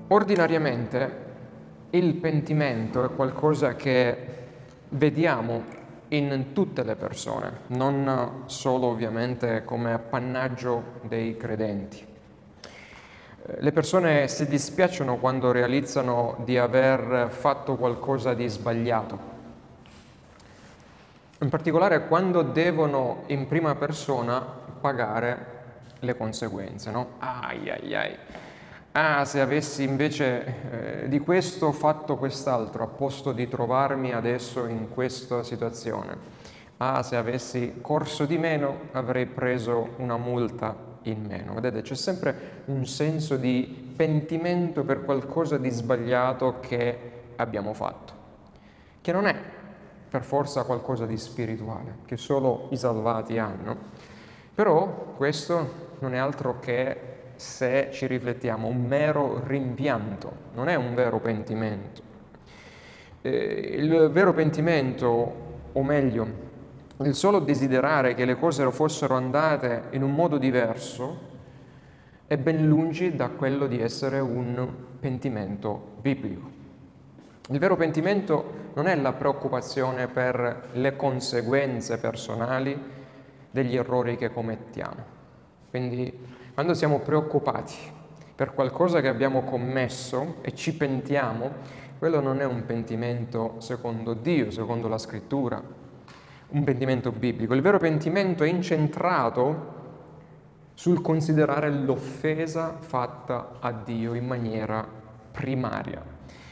Ordinariamente il pentimento è qualcosa che vediamo in tutte le persone, non solo ovviamente come appannaggio dei credenti. Le persone si dispiacciono quando realizzano di aver fatto qualcosa di sbagliato, in particolare quando devono in prima persona pagare le conseguenze, no? Ai ai ai. Ah, se avessi invece di questo fatto quest'altro, a posto di trovarmi adesso in questa situazione. Ah, se avessi corso di meno, avrei preso una multa in meno. Vedete, c'è sempre un senso di pentimento per qualcosa di sbagliato che abbiamo fatto, che non è per forza qualcosa di spirituale, che solo i salvati hanno. Però questo non è altro che, se ci riflettiamo, un mero rimpianto, non è un vero pentimento. Il vero pentimento, o meglio, il solo desiderare che le cose fossero andate in un modo diverso, è ben lungi da quello di essere un pentimento biblico. Il vero pentimento non è la preoccupazione per le conseguenze personali degli errori che commettiamo. Quindi quando siamo preoccupati per qualcosa che abbiamo commesso e ci pentiamo, quello non è un pentimento secondo Dio, secondo la Scrittura, un pentimento biblico. Il vero pentimento è incentrato sul considerare l'offesa fatta a Dio in maniera primaria.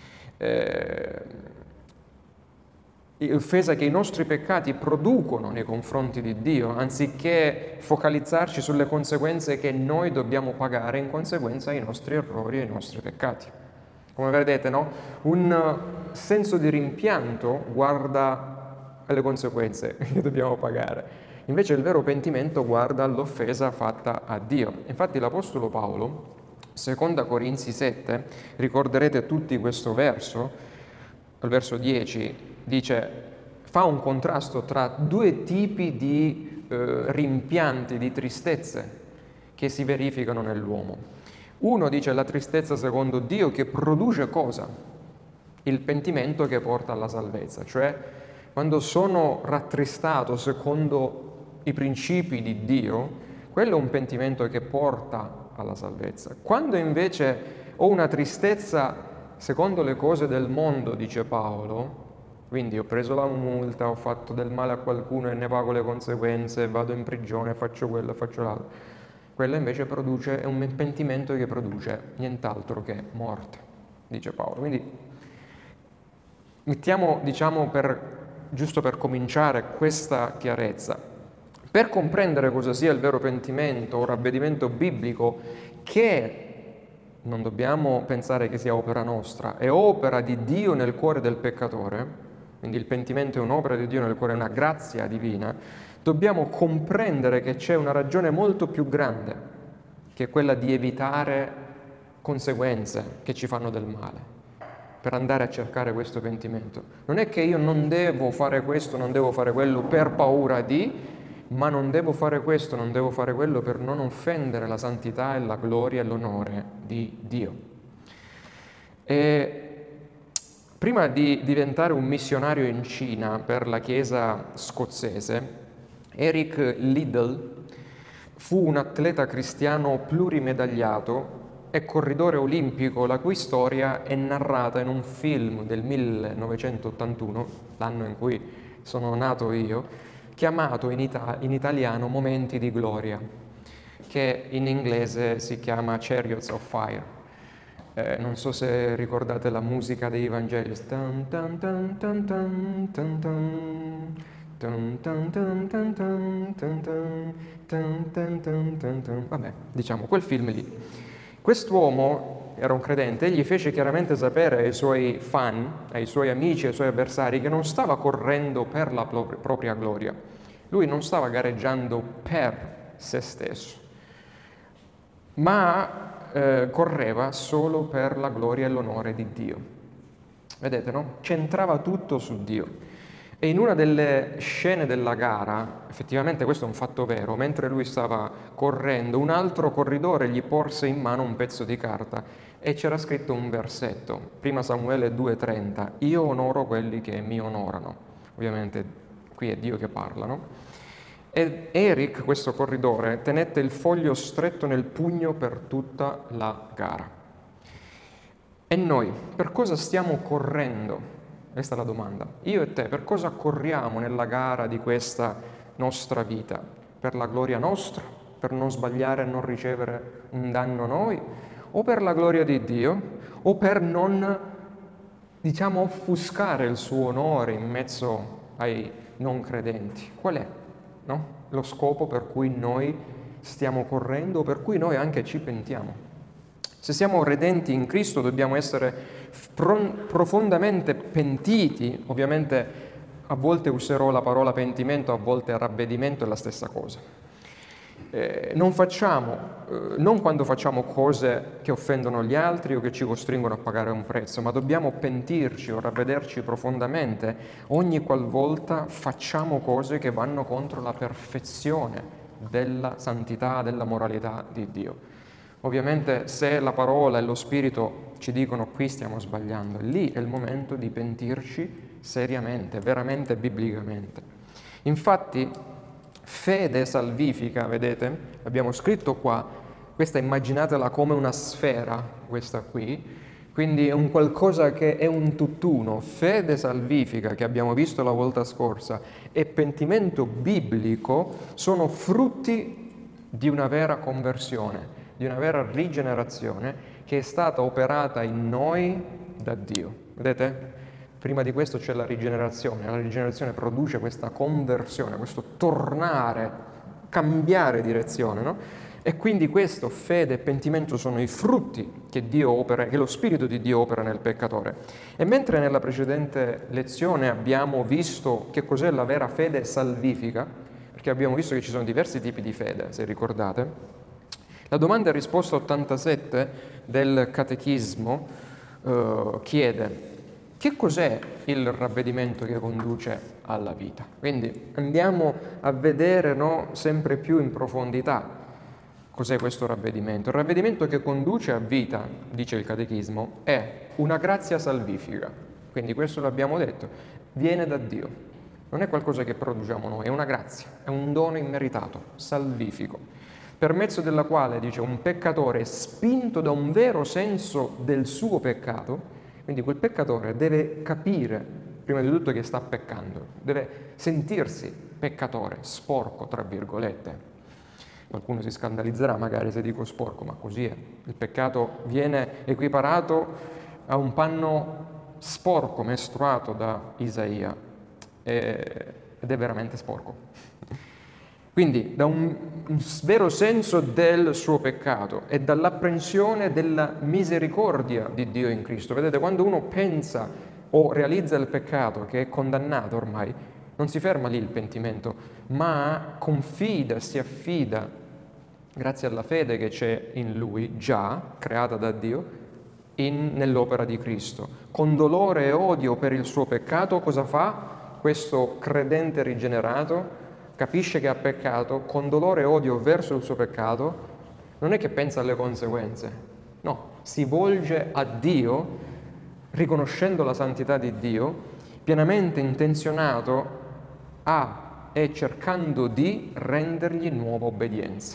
Offesa che i nostri peccati producono nei confronti di Dio, anziché focalizzarci sulle conseguenze che noi dobbiamo pagare in conseguenza ai nostri errori e ai nostri peccati. Come vedete, no? Un senso di rimpianto guarda alle conseguenze che dobbiamo pagare. Invece il vero pentimento guarda all'offesa fatta a Dio. Infatti l'Apostolo Paolo, seconda Corinzi 7, ricorderete tutti questo verso, al verso 10, dice, fa un contrasto tra due tipi di rimpianti, di tristezze che si verificano nell'uomo. Uno dice la tristezza secondo Dio che produce cosa? Il pentimento che porta alla salvezza, cioè quando sono rattristato secondo i principi di Dio, quello è un pentimento che porta alla salvezza. Quando invece ho una tristezza secondo le cose del mondo, dice Paolo, quindi ho preso la multa, ho fatto del male a qualcuno e ne pago le conseguenze, vado in prigione, faccio quello, faccio l'altro. Quello invece è un pentimento che produce nient'altro che morte, dice Paolo. Quindi mettiamo, diciamo, giusto per cominciare, questa chiarezza. Per comprendere cosa sia il vero pentimento o ravvedimento biblico, che non dobbiamo pensare che sia opera nostra, è opera di Dio nel cuore del peccatore, quindi il pentimento è un'opera di Dio nel cuore, è una grazia divina, dobbiamo comprendere che c'è una ragione molto più grande, che è quella di evitare conseguenze che ci fanno del male, per andare a cercare questo pentimento. Non è che io non devo fare questo, non devo fare quello per paura di, ma non devo fare questo, non devo fare quello per non offendere la santità e la gloria e l'onore di Dio. E prima di diventare un missionario in Cina per la Chiesa scozzese, Eric Liddell fu un atleta cristiano plurimedagliato e corridore olimpico, la cui storia è narrata in un film del 1981, l'anno in cui sono nato io, chiamato in italiano Momenti di Gloria, che in inglese si chiama Chariots of Fire. Non so se ricordate la musica dei Vangeli. Vabbè, diciamo, quel film lì. Quest'uomo era un credente, egli fece chiaramente sapere ai suoi fan, ai suoi amici, ai suoi avversari, che non stava correndo per la propria gloria. Lui non stava gareggiando per se stesso, ma correva solo per la gloria e l'onore di Dio. Vedete, no? Centrava tutto su Dio. E in una delle scene della gara, effettivamente questo è un fatto vero, mentre lui stava correndo, un altro corridore gli porse in mano un pezzo di carta e c'era scritto un versetto, prima Samuele 2,30, io onoro quelli che mi onorano. Ovviamente qui è Dio che parla, no? E Eric, questo corridore, tenette il foglio stretto nel pugno per tutta la gara. E noi, per cosa stiamo correndo? Questa è la domanda. Io e te, per cosa corriamo nella gara di questa nostra vita? Per la gloria nostra? Per non sbagliare e non ricevere un danno noi? O per la gloria di Dio? O per non, offuscare il suo onore in mezzo ai non credenti? Qual è, no? Lo scopo per cui noi stiamo correndo, per cui noi anche ci pentiamo? Se siamo redenti in Cristo dobbiamo essere profondamente pentiti, ovviamente a volte userò la parola pentimento, a volte ravvedimento è la stessa cosa. Non quando facciamo cose che offendono gli altri o che ci costringono a pagare un prezzo, ma dobbiamo pentirci o ravvederci profondamente ogni qualvolta facciamo cose che vanno contro la perfezione della santità, della moralità di Dio. Ovviamente se la parola e lo spirito ci dicono qui stiamo sbagliando, lì è il momento di pentirci seriamente, veramente biblicamente. Infatti fede salvifica, vedete, abbiamo scritto qua, questa immaginatela come una sfera, questa qui, quindi è un qualcosa che è un tutt'uno, fede salvifica che abbiamo visto la volta scorsa e pentimento biblico sono frutti di una vera conversione, di una vera rigenerazione che è stata operata in noi da Dio. Vedete? Prima di questo c'è la rigenerazione produce questa conversione, questo tornare, cambiare direzione, no? E quindi questo, fede e pentimento, sono i frutti che Dio opera, che lo Spirito di Dio opera nel peccatore. E mentre nella precedente lezione abbiamo visto che cos'è la vera fede salvifica, perché abbiamo visto che ci sono diversi tipi di fede, se ricordate, la domanda e risposta 87 del Catechismo chiede che cos'è il ravvedimento che conduce alla vita. Quindi andiamo a vedere, no, sempre più in profondità cos'è questo ravvedimento. Il ravvedimento che conduce a vita, dice il Catechismo, è una grazia salvifica. Quindi questo l'abbiamo detto, viene da Dio. Non è qualcosa che produciamo noi, è una grazia, è un dono immeritato, salvifico, per mezzo della quale, dice, un peccatore spinto da un vero senso del suo peccato, quindi quel peccatore deve capire, prima di tutto, che sta peccando, deve sentirsi peccatore, sporco, tra virgolette. Qualcuno si scandalizzerà magari se dico sporco, ma così è. Il peccato viene equiparato a un panno sporco mestruato da Isaia ed è veramente sporco. Quindi da un vero senso del suo peccato e dall'apprensione della misericordia di Dio in Cristo. Vedete, quando uno pensa o realizza il peccato che è condannato ormai, non si ferma lì il pentimento, ma confida, si affida, grazie alla fede che c'è in lui, già creata da Dio, nell'opera di Cristo. Con dolore e odio per il suo peccato, cosa fa questo credente rigenerato? Capisce che ha peccato, con dolore e odio verso il suo peccato, non è che pensa alle conseguenze, no, si volge a Dio, riconoscendo la santità di Dio, pienamente intenzionato a e cercando di rendergli nuova obbedienza.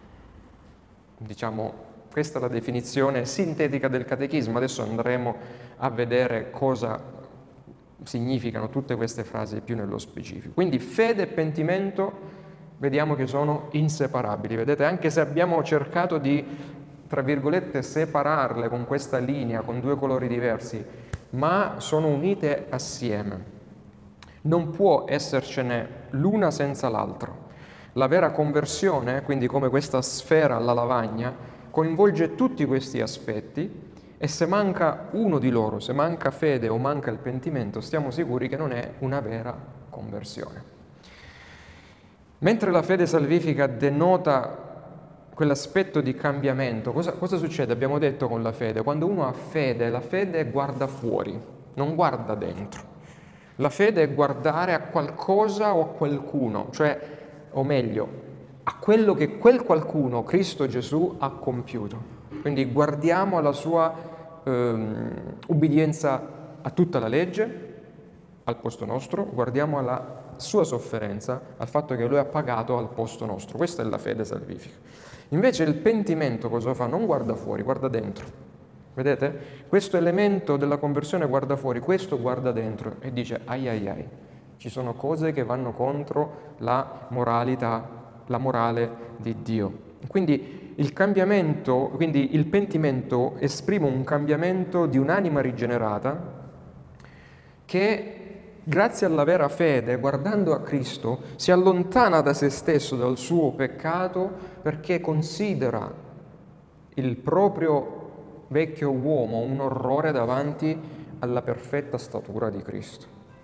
Diciamo, questa è la definizione sintetica del Catechismo. Adesso andremo a vedere cosa significano tutte queste frasi più nello specifico. Quindi fede e pentimento vediamo che sono inseparabili. Vedete, anche se abbiamo cercato di, tra virgolette, separarle con questa linea, con due colori diversi, ma sono unite assieme. Non può essercene l'una senza l'altro. La vera conversione, quindi come questa sfera alla lavagna, coinvolge tutti questi aspetti. E se manca uno di loro, se manca fede o manca il pentimento, stiamo sicuri che non è una vera conversione. Mentre la fede salvifica denota quell'aspetto di cambiamento, cosa succede? Abbiamo detto con la fede, quando uno ha fede, la fede guarda fuori, non guarda dentro. La fede è guardare a qualcosa o a qualcuno, cioè, o meglio, a quello che quel qualcuno, Cristo Gesù, ha compiuto. Quindi guardiamo alla sua ubbidienza a tutta la legge, al posto nostro, guardiamo alla sua sofferenza, al fatto che lui ha pagato al posto nostro. Questa è la fede salvifica. Invece il pentimento cosa fa? Non guarda fuori, guarda dentro. Vedete? Questo elemento della conversione guarda fuori, questo guarda dentro e dice ai ai ai, ci sono cose che vanno contro la moralità, la morale di Dio. Quindi il cambiamento, quindi il pentimento esprime un cambiamento di un'anima rigenerata che grazie alla vera fede, guardando a Cristo, si allontana da se stesso, dal suo peccato, perché considera il proprio vecchio uomo un orrore davanti alla perfetta statura di Cristo.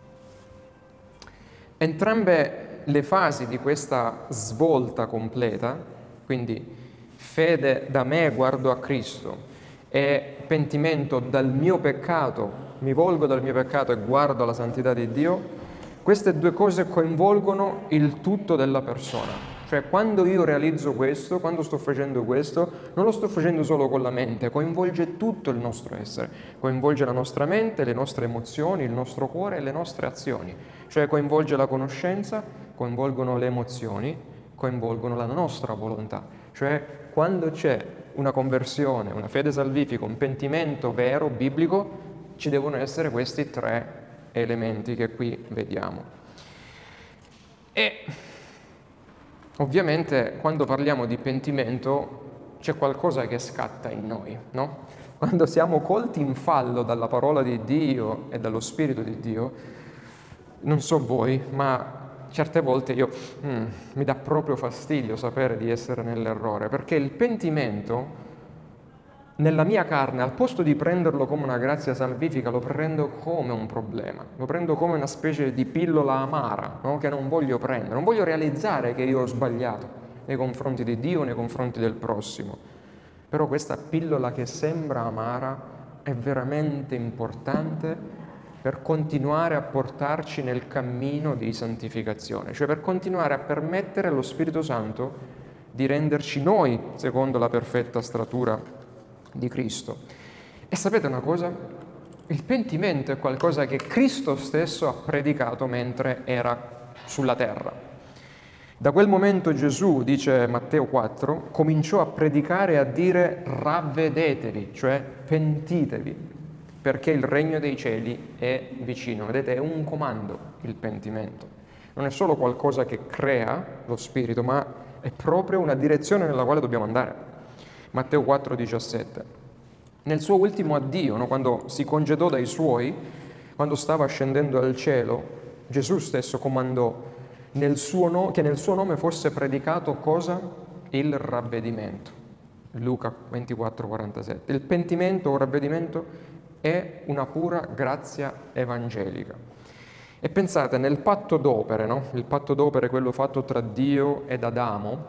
Entrambe le fasi di questa svolta completa, quindi fede da me guardo a Cristo e pentimento dal mio peccato, mi volgo dal mio peccato e guardo alla santità di Dio, queste due cose coinvolgono il tutto della persona. Cioè quando io realizzo questo, quando sto facendo questo, non lo sto facendo solo con la mente, coinvolge tutto il nostro essere, coinvolge la nostra mente, le nostre emozioni, il nostro cuore e le nostre azioni. Cioè coinvolge la conoscenza, coinvolgono le emozioni, coinvolgono la nostra volontà. Cioè quando c'è una conversione, una fede salvifica, un pentimento vero, biblico, ci devono essere questi tre elementi che qui vediamo. E ovviamente quando parliamo di pentimento c'è qualcosa che scatta in noi, no? Quando siamo colti in fallo dalla parola di Dio e dallo Spirito di Dio, non so voi, ma certe volte mi dà proprio fastidio sapere di essere nell'errore, perché il pentimento nella mia carne, al posto di prenderlo come una grazia salvifica, lo prendo come un problema, lo prendo come una specie di pillola amara, no? Che non voglio prendere, non voglio realizzare che io ho sbagliato nei confronti di Dio, nei confronti del prossimo. Però questa pillola che sembra amara è veramente importante per continuare a portarci nel cammino di santificazione, cioè per continuare a permettere allo Spirito Santo di renderci noi secondo la perfetta statura di Cristo. E sapete una cosa? Il pentimento è qualcosa che Cristo stesso ha predicato mentre era sulla terra. Da quel momento Gesù, dice Matteo 4, cominciò a predicare e a dire ravvedetevi, cioè pentitevi, perché il regno dei cieli è vicino. Vedete, è un comando il pentimento. Non è solo qualcosa che crea lo spirito, ma è proprio una direzione nella quale dobbiamo andare. Matteo 4,17. Nel suo ultimo addio, no, quando si congedò dai suoi, quando stava scendendo al cielo, Gesù stesso comandò che nel suo nome fosse predicato cosa? Il ravvedimento. Luca 24,47. Il pentimento o ravvedimento è una pura grazia evangelica. E pensate, nel patto d'opere, no? Il patto d'opere è quello fatto tra Dio ed Adamo.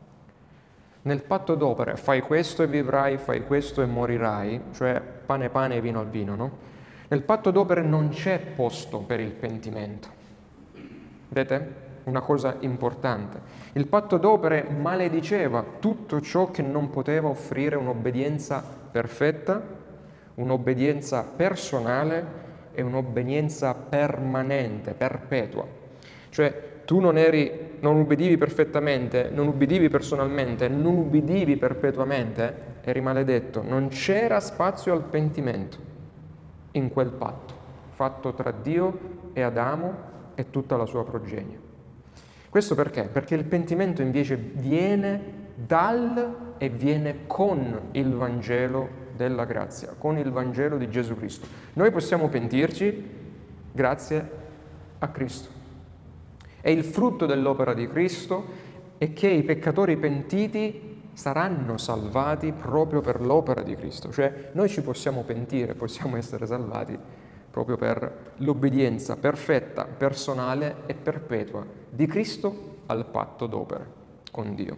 Nel patto d'opere fai questo e vivrai, fai questo e morirai, cioè pane pane e vino al vino, no? Nel patto d'opere non c'è posto per il pentimento. Vedete? Una cosa importante. Il patto d'opere malediceva tutto ciò che non poteva offrire un'obbedienza perfetta, un'obbedienza personale e un'obbedienza permanente, perpetua. Cioè tu non ubbidivi perfettamente, non ubbidivi personalmente, non ubbidivi perpetuamente, eri maledetto. Non c'era spazio al pentimento in quel patto, fatto tra Dio e Adamo e tutta la sua progenie. Questo perché? Perché il pentimento invece viene dal e viene con il Vangelo della grazia, con il Vangelo di Gesù Cristo. Noi possiamo pentirci grazie a Cristo. E il frutto dell'opera di Cristo è che i peccatori pentiti saranno salvati proprio per l'opera di Cristo. Cioè noi ci possiamo pentire, possiamo essere salvati proprio per l'obbedienza perfetta, personale e perpetua di Cristo al patto d'opere con Dio.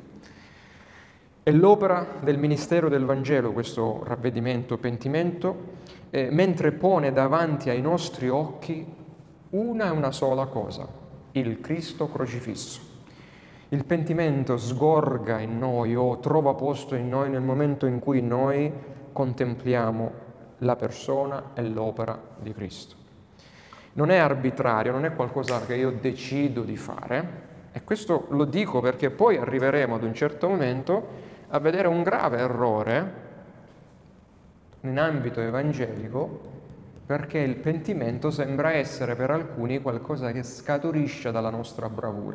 È l'opera del ministero del Vangelo, questo ravvedimento, pentimento, mentre pone davanti ai nostri occhi una e una sola cosa, il Cristo crocifisso. Il pentimento sgorga in noi o trova posto in noi nel momento in cui noi contempliamo la persona e l'opera di Cristo. Non è arbitrario, non è qualcosa che io decido di fare, e questo lo dico perché poi arriveremo ad un certo momento a vedere un grave errore in ambito evangelico, perché il pentimento sembra essere per alcuni qualcosa che scaturisce dalla nostra bravura.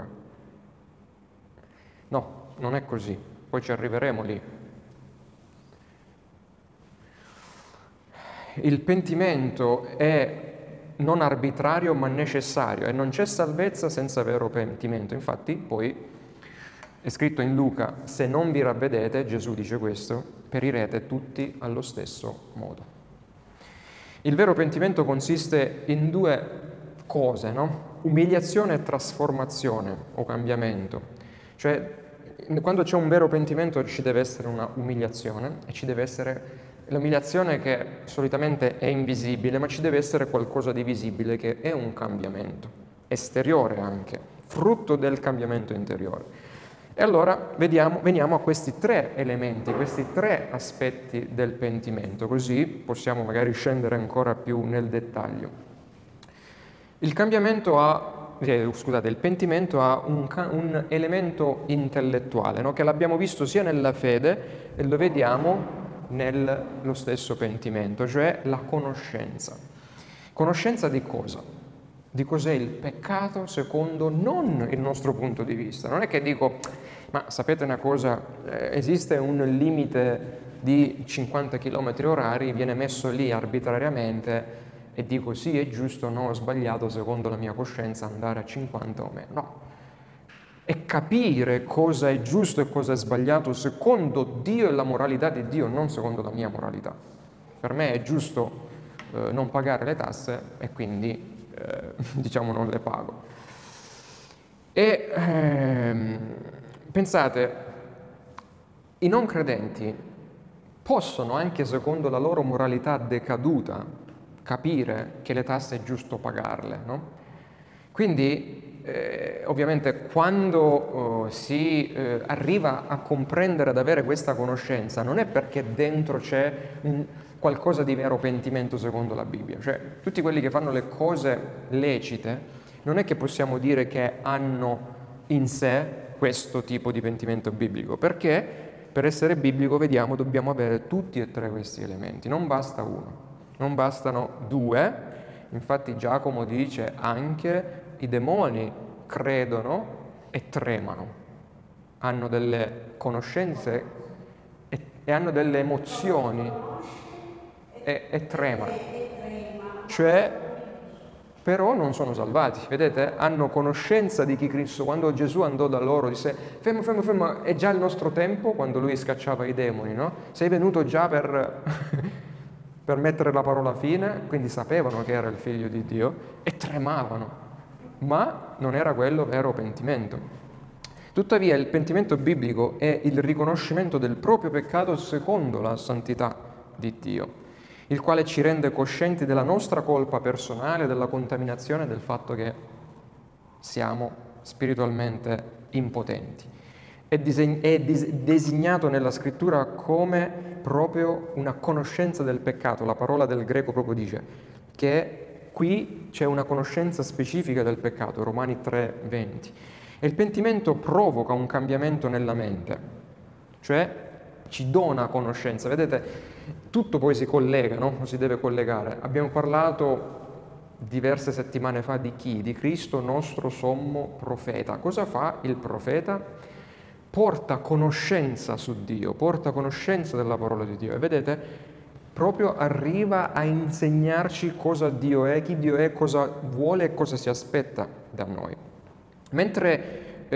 No, non è così, poi ci arriveremo lì. Il pentimento è non arbitrario ma necessario, e non c'è salvezza senza vero pentimento. Infatti poi è scritto in Luca: se non vi ravvedete, Gesù dice questo, perirete tutti allo stesso modo. Il vero pentimento consiste in due cose, no? Umiliazione e trasformazione o cambiamento. Cioè, quando c'è un vero pentimento ci deve essere una umiliazione, e ci deve essere l'umiliazione, che solitamente è invisibile, ma ci deve essere qualcosa di visibile, che è un cambiamento, esteriore anche, frutto del cambiamento interiore. E allora veniamo a questi tre elementi, questi tre aspetti del pentimento, così possiamo magari scendere ancora più nel dettaglio. Il pentimento ha un elemento intellettuale, no? Che l'abbiamo visto sia nella fede e lo vediamo nello stesso pentimento, cioè la conoscenza. Conoscenza di cosa? Di cos'è il peccato secondo non il nostro punto di vista. Non è che dico, ma sapete una cosa, esiste un limite di 50 km orari, viene messo lì arbitrariamente, e dico sì, è giusto, no, ho sbagliato secondo la mia coscienza andare a 50 o meno. No, è capire cosa è giusto e cosa è sbagliato secondo Dio e la moralità di Dio, non secondo la mia moralità. Per me è giusto non pagare le tasse, e quindi diciamo non le pago. E pensate, i non credenti possono, anche secondo la loro moralità decaduta, capire che le tasse è giusto pagarle, no? Quindi ovviamente quando si arriva a comprendere, ad avere questa conoscenza, non è perché dentro c'è qualcosa di vero pentimento secondo la Bibbia. Cioè, tutti quelli che fanno le cose lecite, non è che possiamo dire che hanno in sé questo tipo di pentimento biblico, perché per essere biblico, vediamo, dobbiamo avere tutti e tre questi elementi, non basta uno, non bastano due. Infatti Giacomo dice anche i demoni credono e tremano, hanno delle conoscenze e hanno delle emozioni e tremano, cioè però non sono salvati, vedete? Hanno conoscenza di chi Cristo. Quando Gesù andò da loro disse fermo, fermo, fermo, è già il nostro tempo, quando lui scacciava i demoni, no? Sei venuto già per per mettere la parola fine, quindi sapevano che era il figlio di Dio e tremavano, ma non era quello vero pentimento. Tuttavia il pentimento biblico è il riconoscimento del proprio peccato secondo la santità di Dio, il quale ci rende coscienti della nostra colpa personale, della contaminazione, del fatto che siamo spiritualmente impotenti. È designato nella scrittura come proprio una conoscenza del peccato. La parola del greco proprio dice che qui c'è una conoscenza specifica del peccato, Romani 3,20. E il pentimento provoca un cambiamento nella mente, cioè ci dona conoscenza. Vedete, tutto poi si collega, no? Si deve collegare. Abbiamo parlato diverse settimane fa di chi? Di Cristo, nostro sommo profeta. Cosa fa il profeta? Porta conoscenza su Dio, porta conoscenza della parola di Dio, e vedete, proprio arriva a insegnarci cosa Dio è, chi Dio è, cosa vuole e cosa si aspetta da noi. Mentre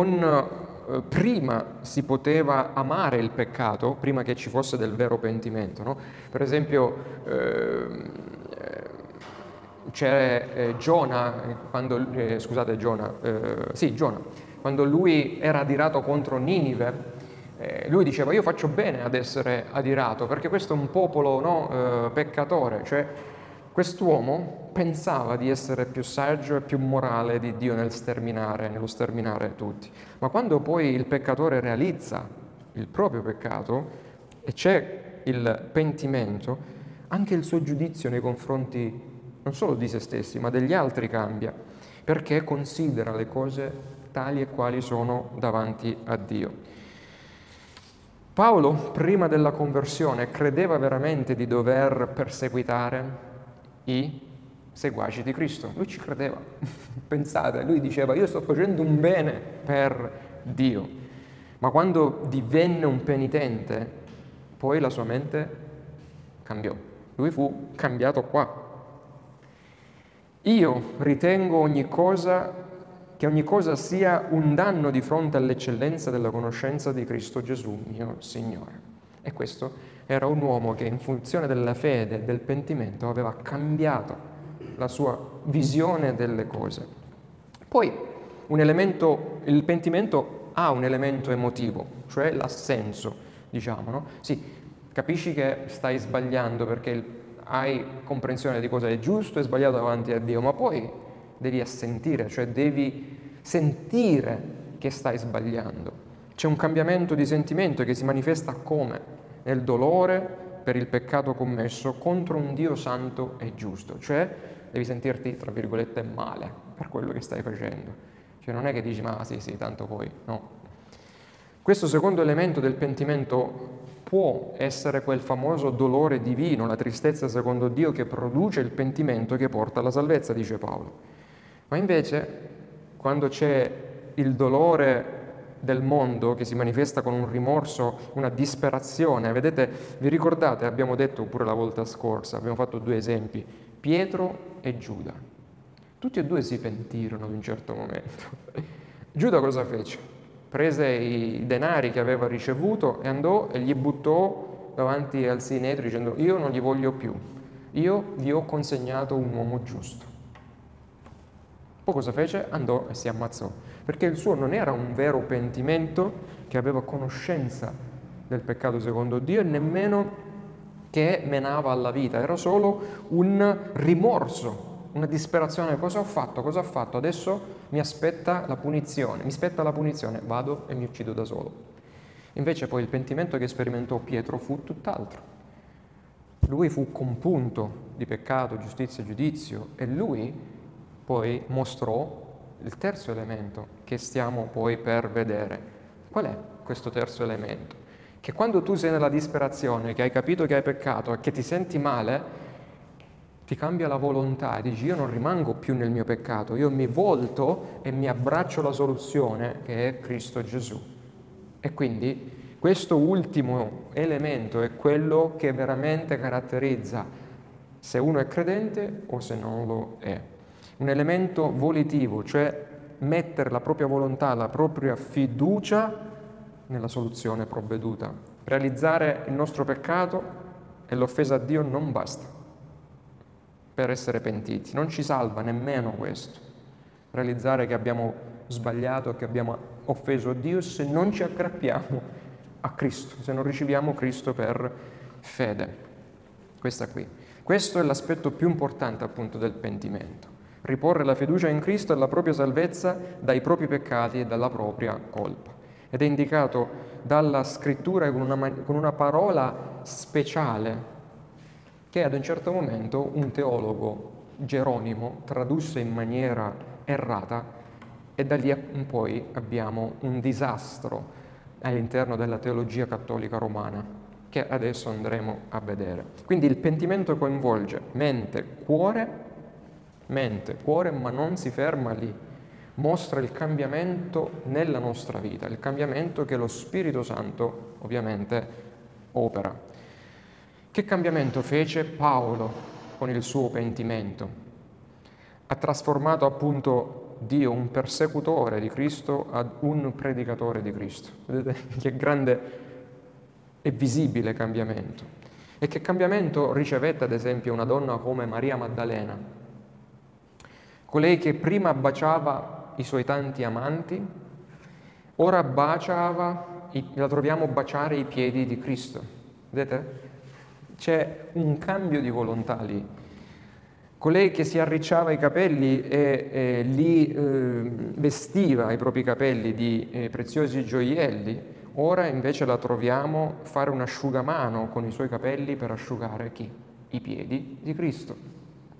prima si poteva amare il peccato, prima che ci fosse del vero pentimento, no? Per esempio c'è Giona, quando lui era adirato contro Ninive, lui diceva io faccio bene ad essere adirato perché questo è un popolo, no, peccatore, cioè Quest'uomo pensava di essere più saggio e più morale di Dio nello sterminare tutti. Ma quando poi il peccatore realizza il proprio peccato e c'è il pentimento, anche il suo giudizio nei confronti non solo di se stessi, ma degli altri cambia, perché considera le cose tali e quali sono davanti a Dio. Paolo, prima della conversione, credeva veramente di dover perseguitare i seguaci di Cristo. Lui ci credeva. Pensate, lui diceva: io sto facendo un bene per Dio. Ma quando divenne un penitente, poi la sua mente cambiò. Lui fu cambiato qua. Io ritengo che ogni cosa sia un danno di fronte all'eccellenza della conoscenza di Cristo Gesù, mio Signore. E questo era un uomo che in funzione della fede e del pentimento aveva cambiato la sua visione delle cose. Poi il pentimento ha un elemento emotivo, cioè l'assenso, diciamo, no? Sì, capisci che stai sbagliando perché hai comprensione di cosa è giusto e sbagliato davanti a Dio, ma poi devi assentire, cioè devi sentire che stai sbagliando. C'è un cambiamento di sentimento che si manifesta come? Nel dolore per il peccato commesso contro un Dio santo e giusto, cioè devi sentirti, tra virgolette, male per quello che stai facendo. Cioè non è che dici, ma sì, tanto poi, no. Questo secondo elemento del pentimento può essere quel famoso dolore divino, la tristezza secondo Dio che produce il pentimento che porta alla salvezza, dice Paolo. Ma invece, quando c'è il dolore del mondo che si manifesta con un rimorso, una disperazione, vedete, vi ricordate, abbiamo detto pure la volta scorsa, abbiamo fatto due esempi, Pietro e Giuda. Tutti e due si pentirono ad un certo momento. Giuda cosa fece? Prese i denari che aveva ricevuto e andò e li buttò davanti al sinedrio dicendo: io non li voglio più, io vi ho consegnato un uomo giusto. Poi cosa fece? Andò e si ammazzò, perché il suo non era un vero pentimento che aveva conoscenza del peccato secondo Dio e nemmeno che menava alla vita, era solo un rimorso, una disperazione. Cosa ho fatto? Cosa ho fatto? Adesso mi spetta la punizione, vado e mi uccido da solo. Invece poi il pentimento che sperimentò Pietro fu tutt'altro. Lui fu compunto di peccato, giustizia e giudizio e lui poi mostrò il terzo elemento che stiamo poi per vedere. Qual è questo terzo elemento? Che quando tu sei nella disperazione, che hai capito che hai peccato e che ti senti male, ti cambia la volontà e dici: io non rimango più nel mio peccato, io mi volto e mi abbraccio alla soluzione che è Cristo Gesù. E quindi questo ultimo elemento è quello che veramente caratterizza se uno è credente o se non lo è. Un elemento volitivo, cioè mettere la propria volontà, la propria fiducia nella soluzione provveduta. Realizzare il nostro peccato e l'offesa a Dio non basta per essere pentiti, non ci salva nemmeno questo. Realizzare che abbiamo sbagliato, che abbiamo offeso Dio se non ci aggrappiamo a Cristo, se non riceviamo Cristo per fede. Questa qui. Questo è l'aspetto più importante appunto del pentimento. Riporre la fiducia in Cristo e la propria salvezza dai propri peccati e dalla propria colpa. Ed è indicato dalla scrittura con una parola speciale che ad un certo momento un teologo, Geronimo, tradusse in maniera errata e da lì in poi abbiamo un disastro all'interno della teologia cattolica romana che adesso andremo a vedere. Quindi il pentimento coinvolge mente, cuore, ma non si ferma lì. Mostra il cambiamento nella nostra vita, il cambiamento che lo Spirito Santo ovviamente opera. Che cambiamento fece Paolo con il suo pentimento? Ha trasformato appunto Dio, un persecutore di Cristo, ad un predicatore di Cristo. Vedete che grande e visibile cambiamento. E che cambiamento ricevette ad esempio una donna come Maria Maddalena, colei che prima baciava i suoi tanti amanti, ora la troviamo baciare i piedi di Cristo. Vedete? C'è un cambio di volontà lì. Colei che si arricciava i capelli e li vestiva i propri capelli di preziosi gioielli, ora invece la troviamo fare un asciugamano con i suoi capelli per asciugare chi? I piedi di Cristo.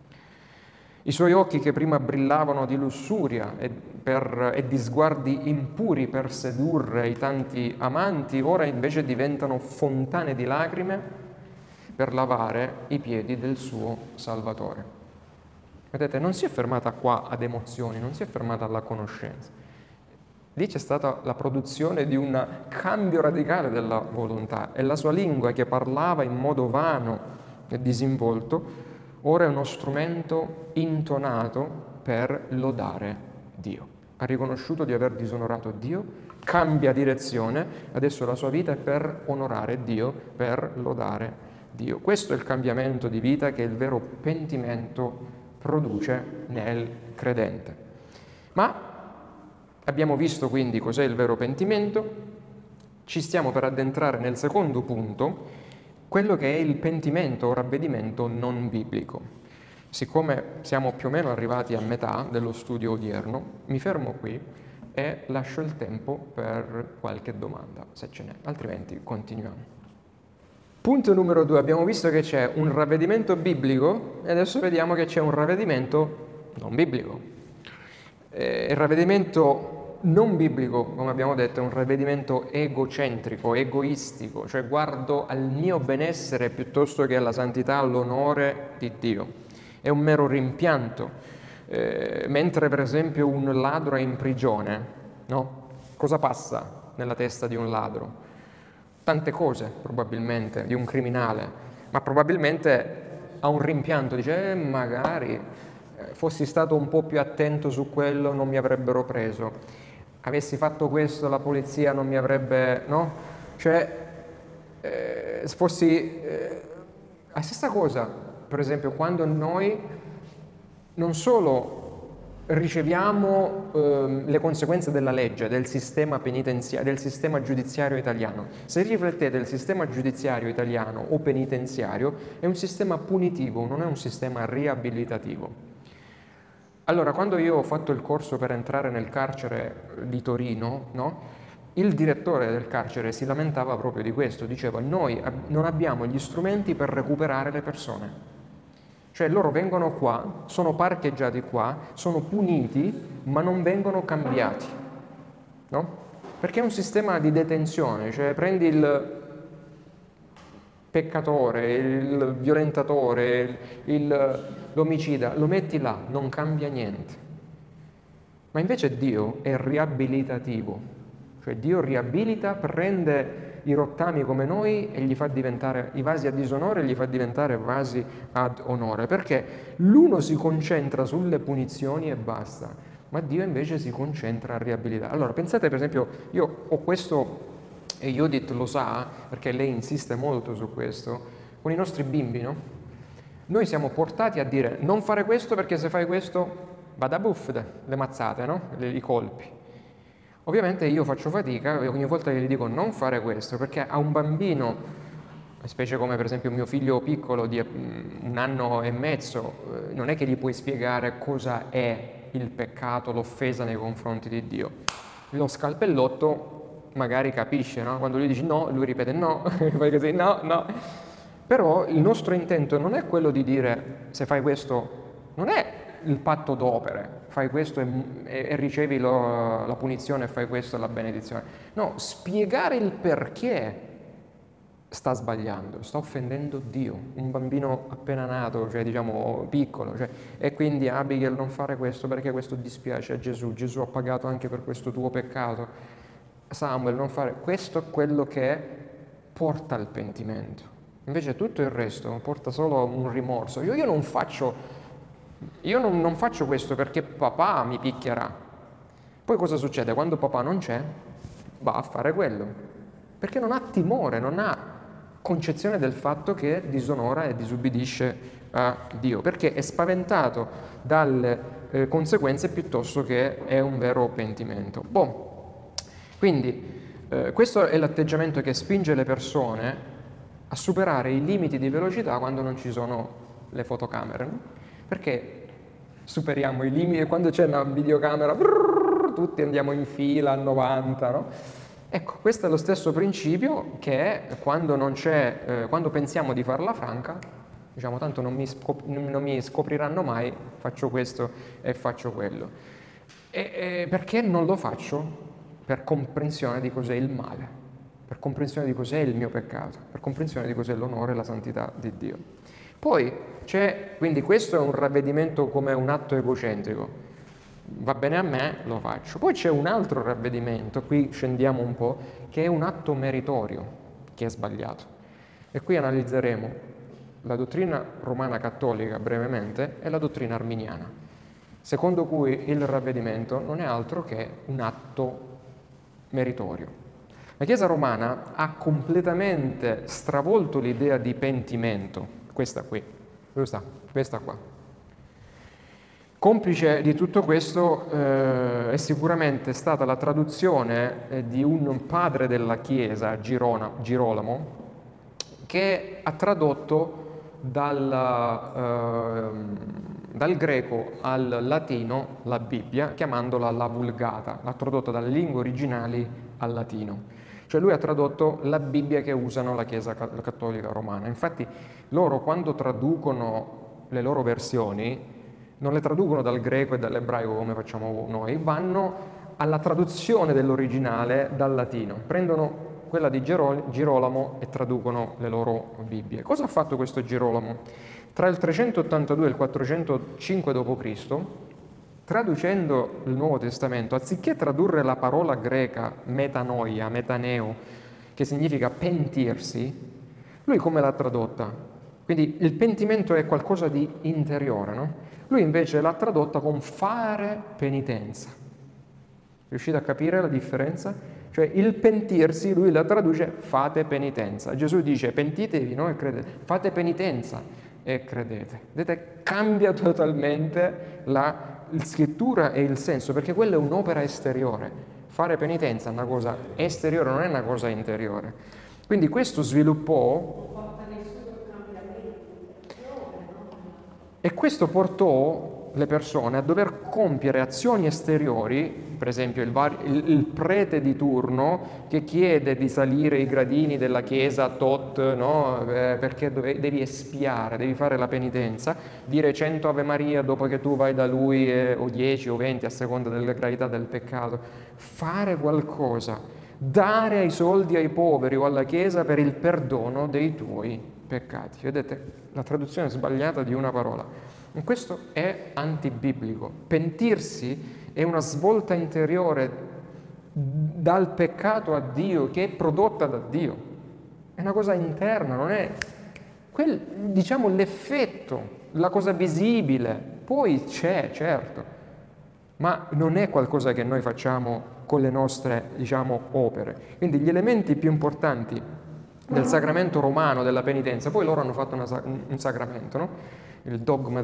I suoi occhi che prima brillavano di lussuria e di sguardi impuri per sedurre i tanti amanti, ora invece diventano fontane di lacrime per lavare i piedi del suo Salvatore. Vedete, non si è fermata qua ad emozioni, non si è fermata alla conoscenza. Lì c'è stata la produzione di un cambio radicale della volontà e la sua lingua che parlava in modo vano e disinvolto ora è uno strumento intonato per lodare Dio. Ha riconosciuto di aver disonorato Dio, cambia direzione, adesso la sua vita è per onorare Dio, per lodare Dio. Questo è il cambiamento di vita che il vero pentimento produce nel credente. Ma abbiamo visto quindi cos'è il vero pentimento, ci stiamo per addentrare nel secondo punto, quello che è il pentimento o ravvedimento non biblico. Siccome siamo più o meno arrivati a metà dello studio odierno, mi fermo qui e lascio il tempo per qualche domanda, se ce n'è, altrimenti continuiamo. Punto numero 2, abbiamo visto che c'è un ravvedimento biblico e adesso vediamo che c'è un ravvedimento non biblico. Il ravvedimento non biblico, come abbiamo detto, è un ravvedimento egocentrico, egoistico, cioè guardo al mio benessere piuttosto che alla santità, all'onore di Dio. È un mero rimpianto. Mentre per esempio un ladro è in prigione, no? Cosa passa nella testa di un ladro? Tante cose, probabilmente, di un criminale, ma probabilmente ha un rimpianto, dice, magari fossi stato un po' più attento su quello non mi avrebbero preso. Avessi fatto questo la polizia non mi avrebbe, no? Cioè, fossi... la stessa cosa, per esempio, quando noi non solo riceviamo le conseguenze della legge, del sistema penitenziario, del sistema giudiziario italiano. Se riflettete, il sistema giudiziario italiano o penitenziario è un sistema punitivo, non è un sistema riabilitativo. Allora, quando io ho fatto il corso per entrare nel carcere di Torino, no? Il direttore del carcere si lamentava proprio di questo, diceva noi non abbiamo gli strumenti per recuperare le persone. Cioè loro vengono qua, sono parcheggiati qua, sono puniti, ma non vengono cambiati, no? Perché è un sistema di detenzione, cioè prendi il peccatore, il violentatore, l'omicida, lo metti là, non cambia niente. Ma invece Dio è riabilitativo, cioè Dio riabilita, prende i rottami come noi e gli fa diventare i vasi a disonore e gli fa diventare vasi ad onore, perché l'uno si concentra sulle punizioni e basta, ma Dio invece si concentra a riabilitare. Allora pensate per esempio, io ho questo, e Judith lo sa, perché lei insiste molto su questo, con i nostri bimbi, no? Noi siamo portati a dire non fare questo perché se fai questo vada buff, le mazzate, no? I colpi. Ovviamente io faccio fatica ogni volta che gli dico non fare questo, perché a un bambino, specie come per esempio mio figlio piccolo di 1 anno e mezzo, non è che gli puoi spiegare cosa è il peccato, l'offesa nei confronti di Dio. Lo scalpellotto magari capisce, no? Quando lui dice no, lui ripete no, fai così, no, no. Però il nostro intento non è quello di dire se fai questo, non è il patto d'opere, fai questo e ricevi la punizione e fai questo e la benedizione. No, spiegare il perché sta sbagliando, sta offendendo Dio, un bambino appena nato, cioè diciamo piccolo, cioè, e quindi Abigail non fare questo perché questo dispiace a Gesù, Gesù ha pagato anche per questo tuo peccato. Samuel non fare, questo è quello che porta al pentimento, invece tutto il resto porta solo un rimorso. Io non faccio questo perché papà mi picchierà. Poi cosa succede? Quando papà non c'è, va a fare quello, perché non ha timore, non ha concezione del fatto che disonora e disubbidisce a Dio, perché è spaventato dalle conseguenze piuttosto che è un vero pentimento. Quindi questo è l'atteggiamento che spinge le persone a superare i limiti di velocità quando non ci sono le fotocamere, no? Perché superiamo i limiti, quando c'è una videocamera, tutti andiamo in fila a 90, no? Ecco, questo è lo stesso principio che quando non c'è, quando pensiamo di farla franca, diciamo tanto non mi scopriranno mai, faccio questo e faccio quello. E perché non lo faccio? Per comprensione di cos'è il male, per comprensione di cos'è il mio peccato, per comprensione di cos'è l'onore e la santità di Dio. Poi c'è, quindi questo è un ravvedimento come un atto egocentrico. Va bene a me, lo faccio. Poi c'è un altro ravvedimento, qui scendiamo un po', che è un atto meritorio, che è sbagliato. E qui analizzeremo la dottrina romana cattolica brevemente e la dottrina arminiana, secondo cui il ravvedimento non è altro che un atto meritorio. La Chiesa romana ha completamente stravolto l'idea di pentimento, questa qui, dove sta? Questa qua. Complice di tutto questo è sicuramente stata la traduzione di un padre della Chiesa, Girolamo, che ha tradotto dal greco al latino la Bibbia, chiamandola la Vulgata, l'ha tradotta dalle lingue originali al latino. Cioè lui ha tradotto la Bibbia che usano la Chiesa cattolica romana. Infatti loro quando traducono le loro versioni non le traducono dal greco e dall'ebraico come facciamo noi, vanno alla traduzione dell'originale dal latino. Prendono quella di Girolamo e traducono le loro Bibbie. Cosa ha fatto questo Girolamo? Tra il 382 e il 405 d.C., traducendo il Nuovo Testamento, anziché tradurre la parola greca metanoia, metaneo, che significa pentirsi, lui come l'ha tradotta? Quindi il pentimento è qualcosa di interiore, no? Lui invece l'ha tradotta con fare penitenza. Riuscite a capire la differenza? Cioè il pentirsi, lui la traduce fate penitenza. Gesù dice pentitevi, no? E credete. Fate penitenza e credete. Vedete, cambia totalmente la scrittura e il senso, perché quella è un'opera esteriore. Fare penitenza è una cosa esteriore, non è una cosa interiore. Quindi questo sviluppò e questo portò le persone a dover compiere azioni esteriori, per esempio il prete di turno che chiede di salire i gradini della chiesa tot, no? Perché devi espiare, devi fare la penitenza, dire 100 Ave Maria dopo che tu vai da lui, o 10 o 20 a seconda della gravità del peccato, fare qualcosa, dare i soldi ai poveri o alla chiesa per il perdono dei tuoi peccati. Vedete la traduzione sbagliata di una parola. E questo è antibiblico. Pentirsi è una svolta interiore dal peccato a Dio, che è prodotta da Dio. È una cosa interna, non è diciamo l'effetto, la cosa visibile. Poi c'è, certo, ma non è qualcosa che noi facciamo con le nostre, diciamo, opere. Quindi gli elementi più importanti del sacramento romano della penitenza, poi loro hanno fatto un sacramento, no? Il dogma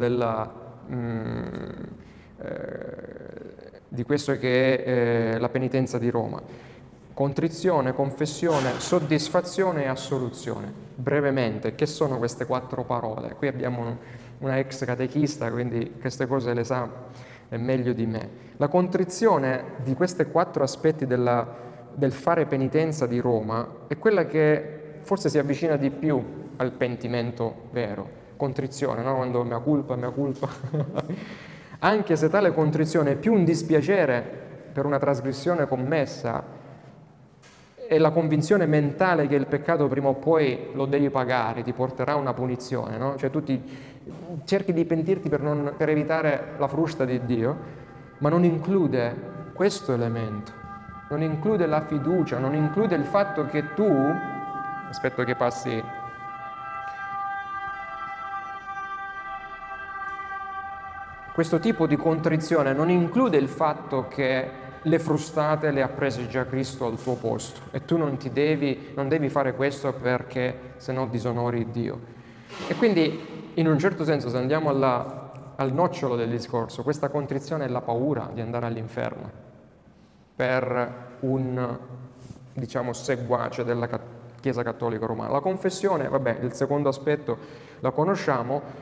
di questo che è la penitenza di Roma. Contrizione, confessione, soddisfazione e assoluzione. Brevemente, che sono queste 4 parole? Qui abbiamo una ex catechista, quindi queste cose le sa meglio di me. La contrizione di questi 4 aspetti del fare penitenza di Roma è quella che forse si avvicina di più al pentimento vero. Contrizione, no? Quando mea culpa. Anche se tale contrizione è più un dispiacere per una trasgressione commessa e la convinzione mentale che il peccato prima o poi lo devi pagare, ti porterà a una punizione, no? Cioè tu cerchi di pentirti per evitare la frusta di Dio, ma non include questo elemento, non include la fiducia, non include il fatto che tu, aspetto che passi, questo tipo di contrizione non include il fatto che le frustate le ha prese già Cristo al tuo posto e tu non devi fare questo perché se no disonori Dio. E quindi in un certo senso, se andiamo al nocciolo del discorso, questa contrizione è la paura di andare all'inferno per un, diciamo, seguace della Chiesa Cattolica Romana. La confessione, vabbè, il secondo aspetto la conosciamo.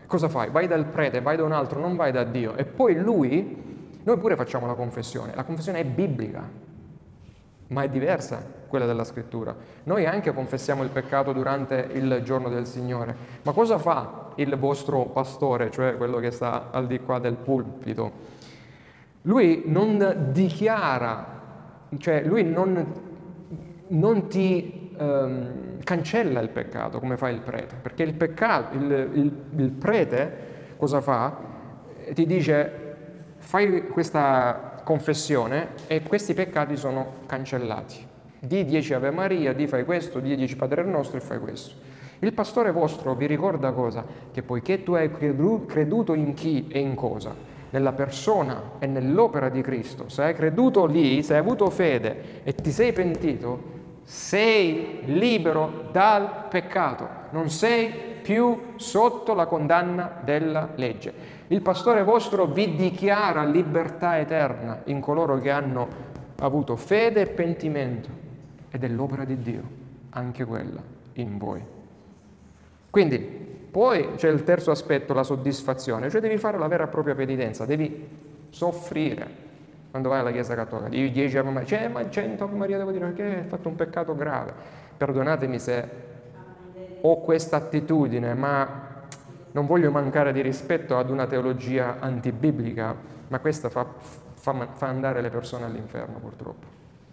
cosa fai? Vai dal prete, vai da un altro, non vai da Dio. E poi noi pure facciamo la confessione è biblica, ma è diversa quella della scrittura. Noi anche confessiamo il peccato durante il giorno del Signore, ma cosa fa il vostro pastore, cioè quello che sta al di qua del pulpito? Lui non dichiara, cioè lui non ti cancella il peccato come fa il prete, perché il peccato, il prete cosa fa? Ti dice fai questa confessione e questi peccati sono cancellati. Di 10 Ave Maria, di fai questo, di 10 Padre Nostro e fai questo. Il pastore vostro vi ricorda cosa? Che poiché tu hai creduto in chi e in cosa? Nella persona e nell'opera di Cristo. Se hai creduto lì, se hai avuto fede e ti sei pentito, sei libero dal peccato, non sei più sotto la condanna della legge. Il pastore vostro vi dichiara libertà eterna in coloro che hanno avuto fede e pentimento, ed è l'opera di Dio, anche quella in voi. Quindi, poi c'è il terzo aspetto, la soddisfazione, cioè devi fare la vera e propria penitenza, devi soffrire. Quando vai alla Chiesa Cattolica, di 10 Ave Maria, ma 100 Ave Maria devo dire che hai fatto un peccato grave. Perdonatemi se ho questa attitudine, ma non voglio mancare di rispetto ad una teologia antibiblica, ma questa fa andare le persone all'inferno purtroppo.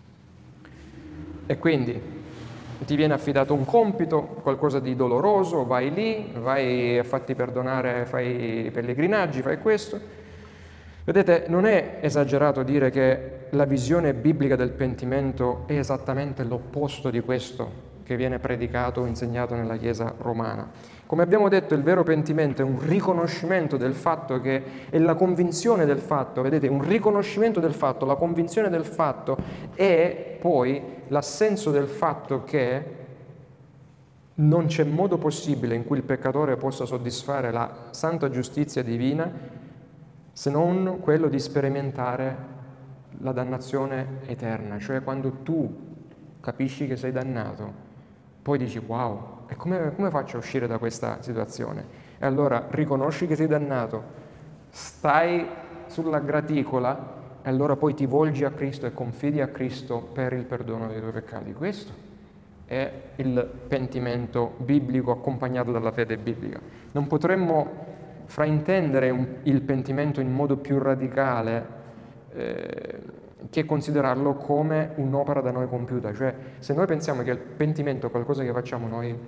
E quindi ti viene affidato un compito, qualcosa di doloroso, vai lì, vai a farti perdonare, fai i pellegrinaggi, fai questo. Vedete, non è esagerato dire che la visione biblica del pentimento è esattamente l'opposto di questo che viene predicato o insegnato nella Chiesa romana. Come abbiamo detto, il vero pentimento è un riconoscimento del fatto che è la convinzione del fatto, vedete, un riconoscimento del fatto, la convinzione del fatto e poi l'assenso del fatto che non c'è modo possibile in cui il peccatore possa soddisfare la santa giustizia divina se non quello di sperimentare la dannazione eterna, cioè quando tu capisci che sei dannato, poi dici wow, e come faccio a uscire da questa situazione? E allora riconosci che sei dannato, stai sulla graticola e allora poi ti volgi a Cristo e confidi a Cristo per il perdono dei tuoi peccati. Questo è il pentimento biblico accompagnato dalla fede biblica. Non potremmo fraintendere il pentimento in modo più radicale che considerarlo come un'opera da noi compiuta. Cioè, se noi pensiamo che il pentimento è qualcosa che facciamo noi,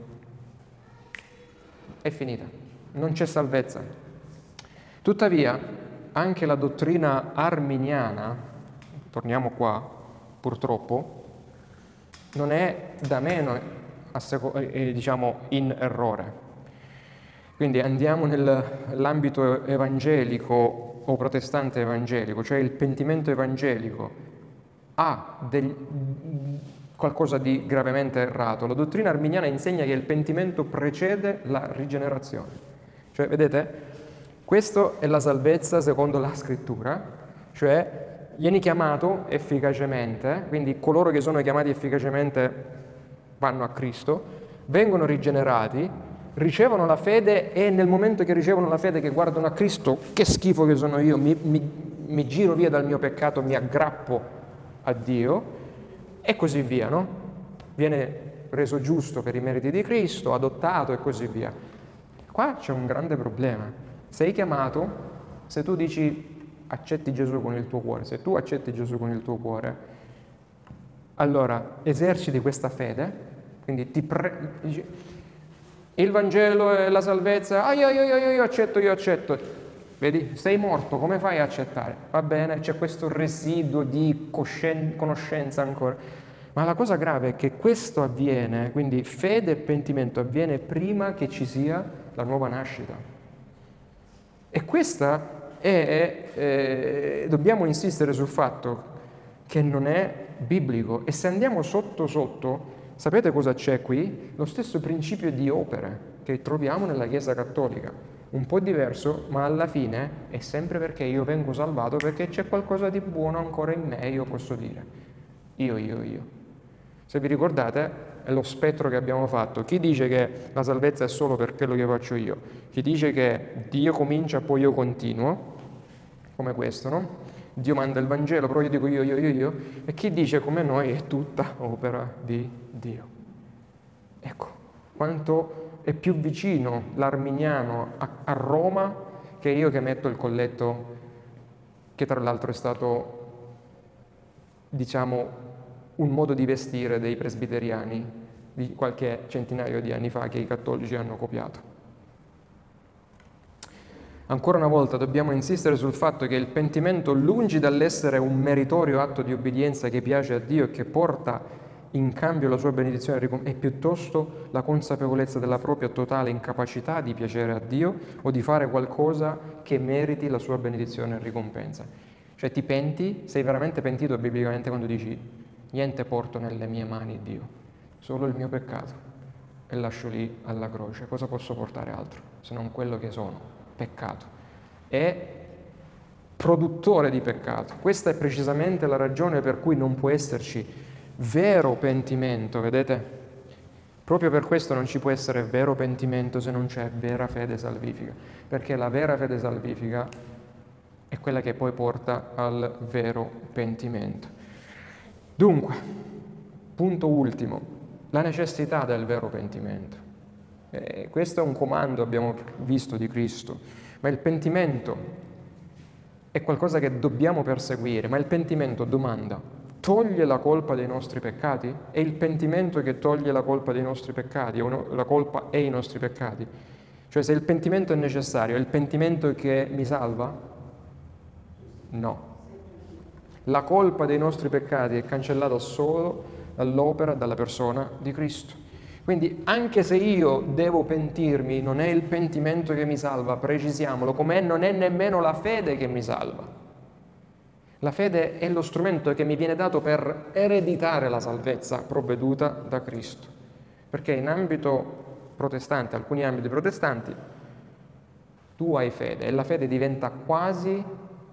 è finita, non c'è salvezza. Tuttavia, anche la dottrina arminiana, torniamo qua, purtroppo, non è da meno, diciamo, in errore. Quindi andiamo nell'ambito evangelico o protestante evangelico, cioè il pentimento evangelico ha qualcosa di gravemente errato. La dottrina arminiana insegna che il pentimento precede la rigenerazione. Cioè, vedete, questa è la salvezza secondo la scrittura, cioè vieni chiamato efficacemente, quindi coloro che sono chiamati efficacemente vanno a Cristo, vengono rigenerati, ricevono la fede e nel momento che ricevono la fede, che guardano a Cristo, che schifo che sono io, mi giro via dal mio peccato, mi aggrappo a Dio e così via, no? Viene reso giusto per i meriti di Cristo, adottato e così via. Qua c'è un grande problema. Sei chiamato, se tu dici accetti Gesù con il tuo cuore, se tu accetti Gesù con il tuo cuore, allora eserciti questa fede, quindi dici il Vangelo e la salvezza, io accetto. Vedi, sei morto, come fai a accettare? Va bene, c'è questo residuo di conoscenza ancora. Ma la cosa grave è che questo avviene, quindi fede e pentimento avviene prima che ci sia la nuova nascita. E questa dobbiamo insistere sul fatto che non è biblico. E se andiamo sotto, sapete cosa c'è qui? Lo stesso principio di opere che troviamo nella Chiesa Cattolica, un po' diverso, ma alla fine è sempre perché io vengo salvato, perché c'è qualcosa di buono ancora in me, io posso dire, io. Se vi ricordate, è lo spettro che abbiamo fatto. Chi dice che la salvezza è solo per quello che faccio io? Chi dice che Dio comincia, poi io continuo, come questo, no? Dio manda il Vangelo, però io dico io, e chi dice come noi è tutta opera di Dio. Ecco, quanto è più vicino l'arminiano a Roma che io che metto il colletto, che tra l'altro è stato, diciamo, un modo di vestire dei presbiteriani di qualche centinaio di anni fa che i cattolici hanno copiato. Ancora una volta dobbiamo insistere sul fatto che il pentimento, lungi dall'essere un meritorio atto di obbedienza che piace a Dio e che porta in cambio la sua benedizione, è piuttosto la consapevolezza della propria totale incapacità di piacere a Dio o di fare qualcosa che meriti la sua benedizione e ricompensa. Cioè ti penti, sei veramente pentito biblicamente quando dici niente porto nelle mie mani, Dio, solo il mio peccato e lascio lì alla croce. Cosa posso portare altro se non quello che sono? Peccato. È produttore di peccato. Questa è precisamente la ragione per cui non può esserci vero pentimento, vedete? Proprio per questo non ci può essere vero pentimento se non c'è vera fede salvifica, perché la vera fede salvifica è quella che poi porta al vero pentimento. Dunque, punto ultimo, la necessità del vero pentimento. Questo è un comando, abbiamo visto, di Cristo, ma il pentimento è qualcosa che dobbiamo perseguire, ma il pentimento domanda: toglie la colpa dei nostri peccati? È il pentimento che toglie la colpa dei nostri peccati, o la colpa e i nostri peccati? Cioè, se il pentimento è necessario, è il pentimento che mi salva? No. La colpa dei nostri peccati è cancellata solo dall'opera, dalla persona di Cristo. Quindi anche se io devo pentirmi, non è il pentimento che mi salva, precisiamolo, come non è nemmeno la fede che mi salva. La fede è lo strumento che mi viene dato per ereditare la salvezza provveduta da Cristo. Perché in ambito protestante, alcuni ambiti protestanti, tu hai fede e la fede diventa quasi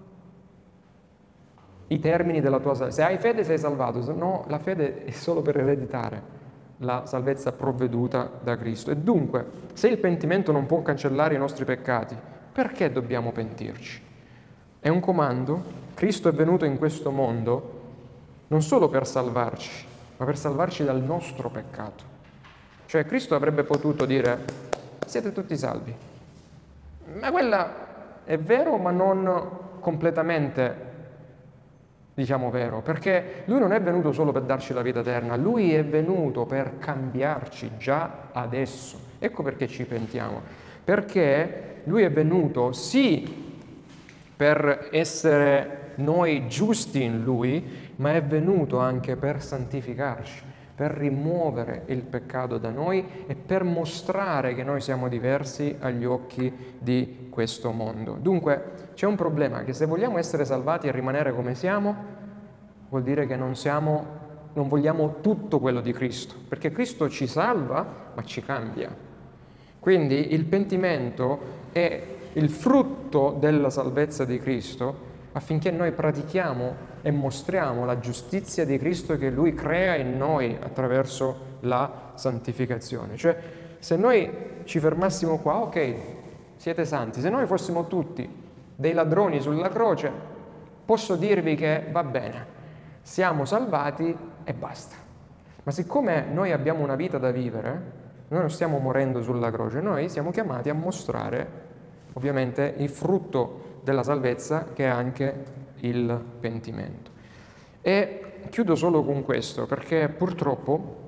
i termini della tua salvezza. Se hai fede sei salvato, se no la fede è solo per ereditare la salvezza provveduta da Cristo. E dunque, se il pentimento non può cancellare i nostri peccati, perché dobbiamo pentirci? È un comando. Cristo è venuto in questo mondo non solo per salvarci, ma per salvarci dal nostro peccato. Cioè Cristo avrebbe potuto dire: siete tutti salvi. Ma quella è vero, ma non completamente, diciamo, vero, perché Lui non è venuto solo per darci la vita eterna, Lui è venuto per cambiarci già adesso. Ecco perché ci pentiamo, perché Lui è venuto sì per essere noi giusti in Lui, ma è venuto anche per santificarci, per rimuovere il peccato da noi e per mostrare che noi siamo diversi agli occhi di questo mondo. Dunque c'è un problema, che se vogliamo essere salvati e rimanere come siamo, vuol dire che non vogliamo tutto quello di Cristo, perché Cristo ci salva ma ci cambia. Quindi il pentimento è il frutto della salvezza di Cristo, affinché noi pratichiamo e mostriamo la giustizia di Cristo che Lui crea in noi attraverso la santificazione. Cioè, se noi ci fermassimo qua, ok, siete santi, se noi fossimo tutti dei ladroni sulla croce, posso dirvi che va bene, siamo salvati e basta. Ma siccome noi abbiamo una vita da vivere, noi non stiamo morendo sulla croce, noi siamo chiamati a mostrare ovviamente il frutto della salvezza, che è anche il pentimento. E chiudo solo con questo, perché purtroppo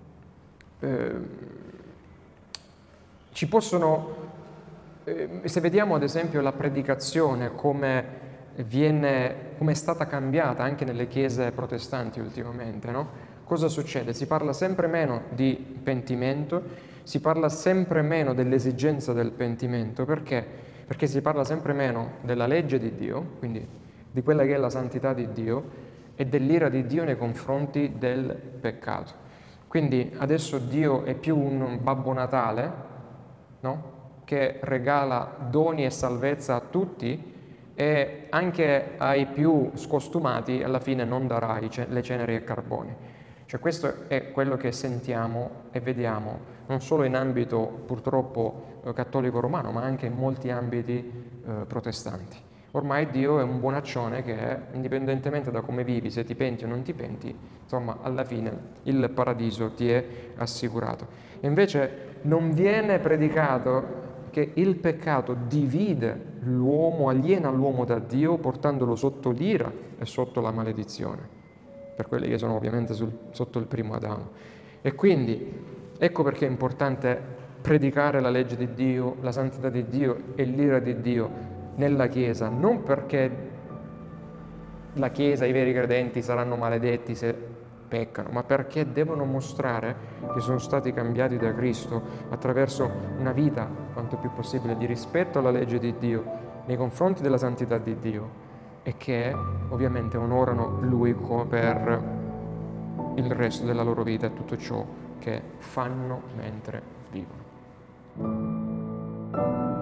ci possono, se vediamo ad esempio la predicazione come è stata cambiata anche nelle chiese protestanti ultimamente, no? Cosa succede? Si parla sempre meno di pentimento, si parla sempre meno dell'esigenza del pentimento. Perché? Perché si parla sempre meno della legge di Dio, quindi di quella che è la santità di Dio, e dell'ira di Dio nei confronti del peccato. Quindi adesso Dio è più un Babbo Natale, no? Che regala doni e salvezza a tutti, e anche ai più scostumati alla fine non darà le ceneri e carboni. Cioè questo è quello che sentiamo e vediamo non solo in ambito purtroppo cattolico romano, ma anche in molti ambiti protestanti. Ormai Dio è un buonaccione che, indipendentemente da come vivi, se ti penti o non ti penti, insomma, alla fine il paradiso ti è assicurato. E invece non viene predicato che il peccato divide l'uomo, aliena l'uomo da Dio, portandolo sotto l'ira e sotto la maledizione, per quelli che sono ovviamente sotto il primo Adamo. E quindi ecco perché è importante predicare la legge di Dio, la santità di Dio e l'ira di Dio nella Chiesa, non perché la Chiesa, i veri credenti saranno maledetti se peccano, ma perché devono mostrare che sono stati cambiati da Cristo attraverso una vita quanto più possibile di rispetto alla legge di Dio nei confronti della santità di Dio e che ovviamente onorano Lui per il resto della loro vita e tutto ciò che fanno mentre vivono.